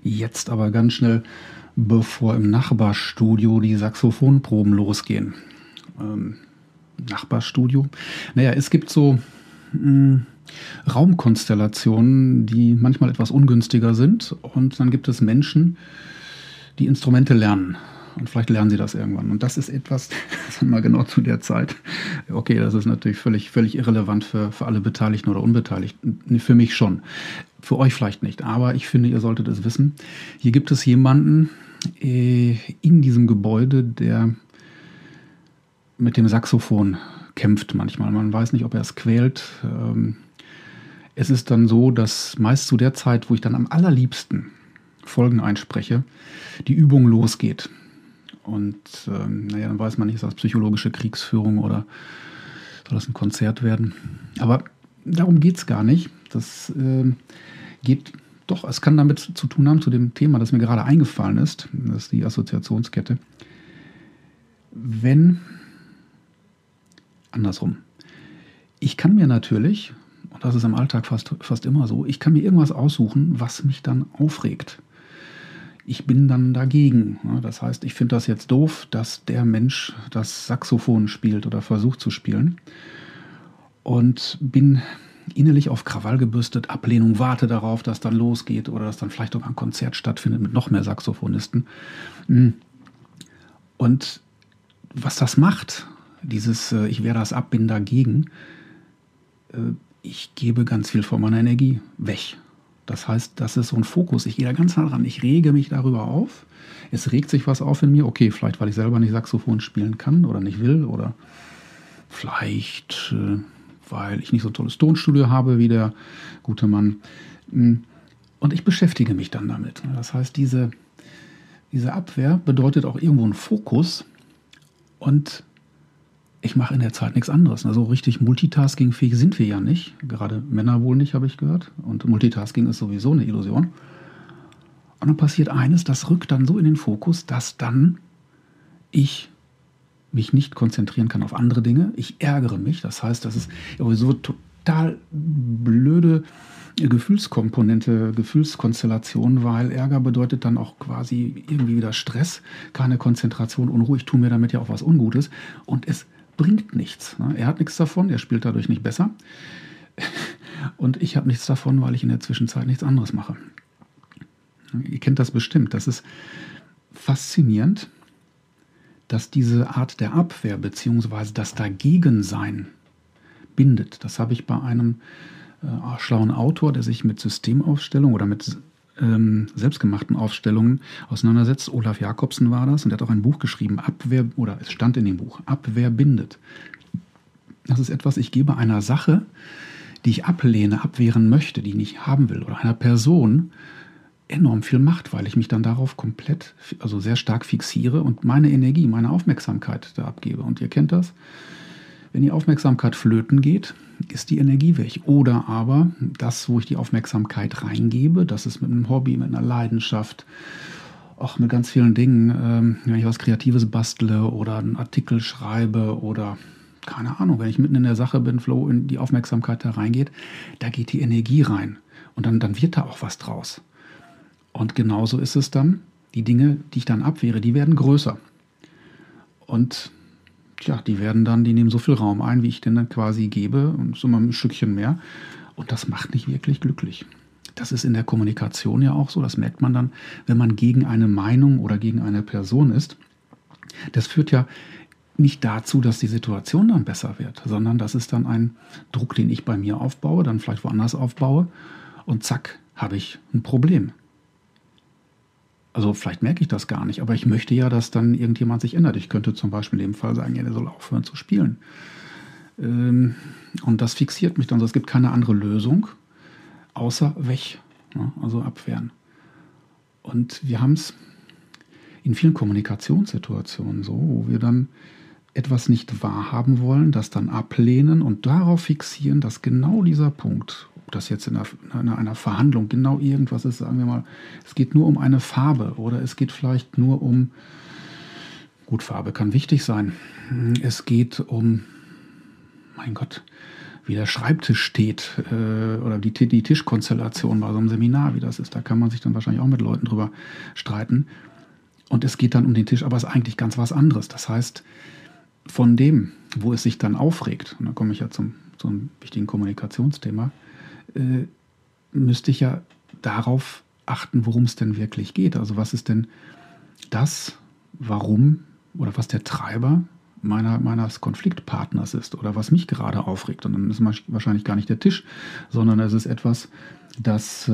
Jetzt aber ganz schnell, bevor im Nachbarstudio die Saxophonproben losgehen. Nachbarstudio? Naja, es gibt so Raumkonstellationen, die manchmal etwas ungünstiger sind. Und dann gibt es Menschen, die Instrumente lernen. Und vielleicht lernen sie das irgendwann. Und das ist etwas, sagen wir mal genau zu der Zeit. Okay, das ist natürlich völlig irrelevant für alle Beteiligten oder Unbeteiligten. Für mich schon. Für euch vielleicht nicht. Aber ich finde, ihr solltet es wissen. Hier gibt es jemanden in diesem Gebäude, der mit dem Saxophon kämpft manchmal. Man weiß nicht, ob er es quält. Es ist dann so, dass meist zu der Zeit, wo ich dann am allerliebsten Folgen einspreche, die Übung losgeht. Und dann weiß man nicht, ist das psychologische Kriegsführung oder soll das ein Konzert werden? Aber darum geht es gar nicht. Das geht doch, es kann damit zu tun haben, zu dem Thema, das mir gerade eingefallen ist. Das ist die Assoziationskette. Andersrum. Ich kann mir natürlich, und das ist im Alltag fast immer so, ich kann mir irgendwas aussuchen, was mich dann aufregt. Ich bin dann dagegen. Das heißt, ich finde das jetzt doof, dass der Mensch das Saxophon spielt oder versucht zu spielen. Und bin innerlich auf Krawall gebürstet, Ablehnung, warte darauf, dass dann losgeht oder dass dann vielleicht sogar ein Konzert stattfindet mit noch mehr Saxophonisten. Und was das macht, dieses ich wehre das ab, bin dagegen, ich gebe ganz viel von meiner Energie weg. Das heißt, das ist so ein Fokus. Ich gehe da ganz nah dran. Ich rege mich darüber auf. Es regt sich was auf in mir. Okay, vielleicht, weil ich selber nicht Saxophon spielen kann oder nicht will. Oder vielleicht, weil ich nicht so ein tolles Tonstudio habe wie der gute Mann. Und ich beschäftige mich dann damit. Das heißt, diese Abwehr bedeutet auch irgendwo einen Fokus. Und ich mache in der Zeit nichts anderes. Also richtig multitaskingfähig sind wir ja nicht. Gerade Männer wohl nicht, habe ich gehört. Und Multitasking ist sowieso eine Illusion. Und dann passiert eines, das rückt dann so in den Fokus, dass dann ich mich nicht konzentrieren kann auf andere Dinge. Ich ärgere mich. Das heißt, das ist sowieso total blöde Gefühlskomponente, Gefühlskonstellation, weil Ärger bedeutet dann auch quasi irgendwie wieder Stress, keine Konzentration, Unruhe. Ich tue mir damit ja auch was Ungutes. Und es bringt nichts. Er hat nichts davon, er spielt dadurch nicht besser. Und ich habe nichts davon, weil ich in der Zwischenzeit nichts anderes mache. Ihr kennt das bestimmt. Das ist faszinierend, dass diese Art der Abwehr bzw. das Dagegensein bindet. Das habe ich bei einem schlauen Autor, der sich mit Systemaufstellung oder mit selbstgemachten Aufstellungen auseinandersetzt. Olaf Jakobsen war das und der hat auch ein Buch geschrieben, Abwehr, oder es stand in dem Buch, Abwehr bindet. Das ist etwas, ich gebe einer Sache, die ich ablehne, abwehren möchte, die ich nicht haben will, oder einer Person enorm viel Macht, weil ich mich dann darauf komplett, also sehr stark fixiere und meine Energie, meine Aufmerksamkeit da abgebe. Und ihr kennt das, wenn die Aufmerksamkeit flöten geht, ist die Energie weg. Oder aber das, wo ich die Aufmerksamkeit reingebe, das ist mit einem Hobby, mit einer Leidenschaft, auch mit ganz vielen Dingen, wenn ich was Kreatives bastle oder einen Artikel schreibe oder keine Ahnung, wenn ich mitten in der Sache bin, Flow, in die Aufmerksamkeit da reingeht, da geht die Energie rein. Und dann wird da auch was draus. Und genauso ist es dann, die Dinge, die ich dann abwehre, die werden größer. Und die nehmen so viel Raum ein, wie ich denn dann quasi gebe, und so mal ein Stückchen mehr. Und das macht nicht wirklich glücklich. Das ist in der Kommunikation ja auch so, das merkt man dann, wenn man gegen eine Meinung oder gegen eine Person ist. Das führt ja nicht dazu, dass die Situation dann besser wird, sondern das ist dann ein Druck, den ich bei mir aufbaue, dann vielleicht woanders aufbaue und zack, habe ich ein Problem. Also vielleicht merke ich das gar nicht, aber ich möchte ja, dass dann irgendjemand sich ändert. Ich könnte zum Beispiel in dem Fall sagen, ja, der soll aufhören zu spielen. Und das fixiert mich dann. Also es gibt keine andere Lösung, außer weg, also abwehren. Und wir haben es in vielen Kommunikationssituationen so, wo wir dann etwas nicht wahrhaben wollen, das dann ablehnen und darauf fixieren, dass genau dieser Punkt, ob das jetzt in einer Verhandlung genau irgendwas ist, sagen wir mal, es geht nur um eine Farbe oder es geht vielleicht nur um, gut, Farbe kann wichtig sein, es geht um, mein Gott, wie der Schreibtisch steht oder die Tischkonstellation bei so einem Seminar, wie das ist. Da kann man sich dann wahrscheinlich auch mit Leuten drüber streiten. Und es geht dann um den Tisch, aber es ist eigentlich ganz was anderes. Das heißt, von dem, wo es sich dann aufregt, und da komme ich ja zum wichtigen Kommunikationsthema, müsste ich ja darauf achten, worum es denn wirklich geht. Also was ist denn das, warum oder was der Treiber meines Konfliktpartners ist oder was mich gerade aufregt. Und dann ist es wahrscheinlich gar nicht der Tisch, sondern es ist etwas, das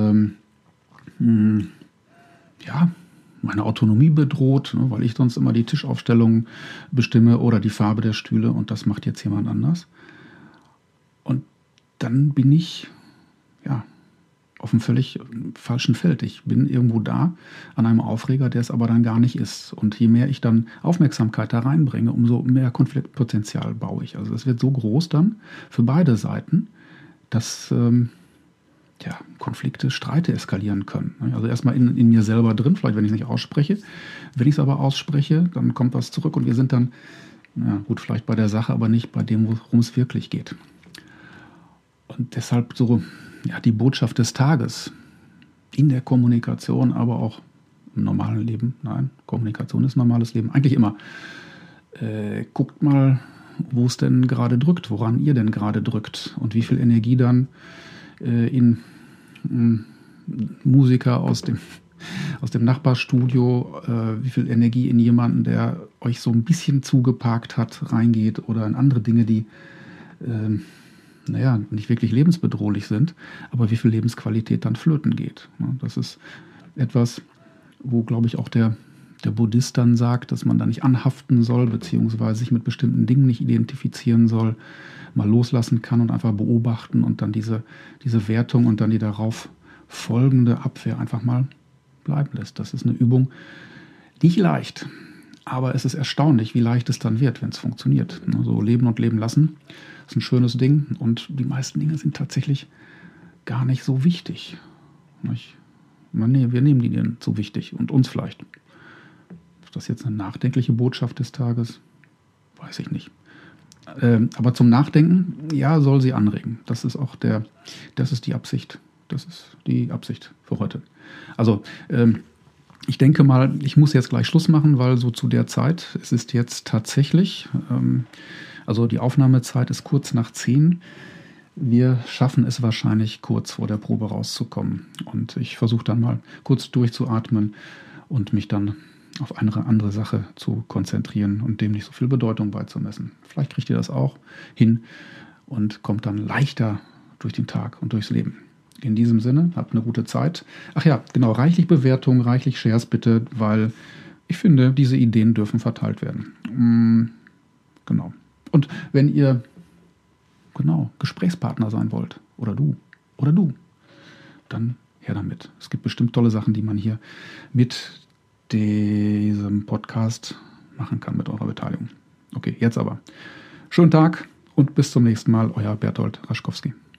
meine Autonomie bedroht, ne, weil ich sonst immer die Tischaufstellung bestimme oder die Farbe der Stühle und das macht jetzt jemand anders. Und dann bin ich auf einem völlig falschen Feld. Ich bin irgendwo da an einem Aufreger, der es aber dann gar nicht ist. Und je mehr ich dann Aufmerksamkeit da reinbringe, umso mehr Konfliktpotenzial baue ich. Also es wird so groß dann für beide Seiten, dass Konflikte, Streite eskalieren können. Also erstmal in mir selber drin, vielleicht wenn ich es nicht ausspreche. Wenn ich es aber ausspreche, dann kommt was zurück und wir sind dann, vielleicht bei der Sache, aber nicht bei dem, worum es wirklich geht. Und deshalb die Botschaft des Tages in der Kommunikation, aber auch im normalen Leben. Nein, Kommunikation ist normales Leben. Eigentlich immer. Guckt mal, wo es denn gerade drückt, woran ihr denn gerade drückt und wie viel Energie dann in Musiker aus dem Nachbarstudio, wie viel Energie in jemanden, der euch so ein bisschen zugeparkt hat, reingeht oder in andere Dinge, die nicht wirklich lebensbedrohlich sind, aber wie viel Lebensqualität dann flöten geht. Das ist etwas, wo, glaube ich, auch der Buddhist dann sagt, dass man da nicht anhaften soll, beziehungsweise sich mit bestimmten Dingen nicht identifizieren soll, mal loslassen kann und einfach beobachten und dann diese Wertung und dann die darauf folgende Abwehr einfach mal bleiben lässt. Das ist eine Übung, nicht leicht, aber es ist erstaunlich, wie leicht es dann wird, wenn es funktioniert. So leben und leben lassen ist ein schönes Ding und die meisten Dinge sind tatsächlich gar nicht so wichtig. Wir nehmen die denn zu wichtig und uns vielleicht. Ist das jetzt eine nachdenkliche Botschaft des Tages? Weiß ich nicht. Aber zum Nachdenken, ja, soll sie anregen. Das ist die Absicht. Das ist die Absicht für heute. Also, ich denke mal, ich muss jetzt gleich Schluss machen, weil so zu der Zeit, es ist jetzt tatsächlich, also die Aufnahmezeit ist kurz nach 10. Wir schaffen es wahrscheinlich kurz vor der Probe rauszukommen. Und ich versuche dann mal kurz durchzuatmen und mich dann auf eine andere Sache zu konzentrieren und dem nicht so viel Bedeutung beizumessen. Vielleicht kriegt ihr das auch hin und kommt dann leichter durch den Tag und durchs Leben. In diesem Sinne, habt eine gute Zeit. Ach ja, genau, reichlich Bewertungen, reichlich Shares bitte, weil ich finde, diese Ideen dürfen verteilt werden. Genau. Und wenn ihr Gesprächspartner sein wollt, oder du, dann her damit. Es gibt bestimmt tolle Sachen, die man hier mit diesem Podcast machen kann mit eurer Beteiligung. Okay, jetzt aber. Schönen Tag und bis zum nächsten Mal, euer Bertolt Raschkowski.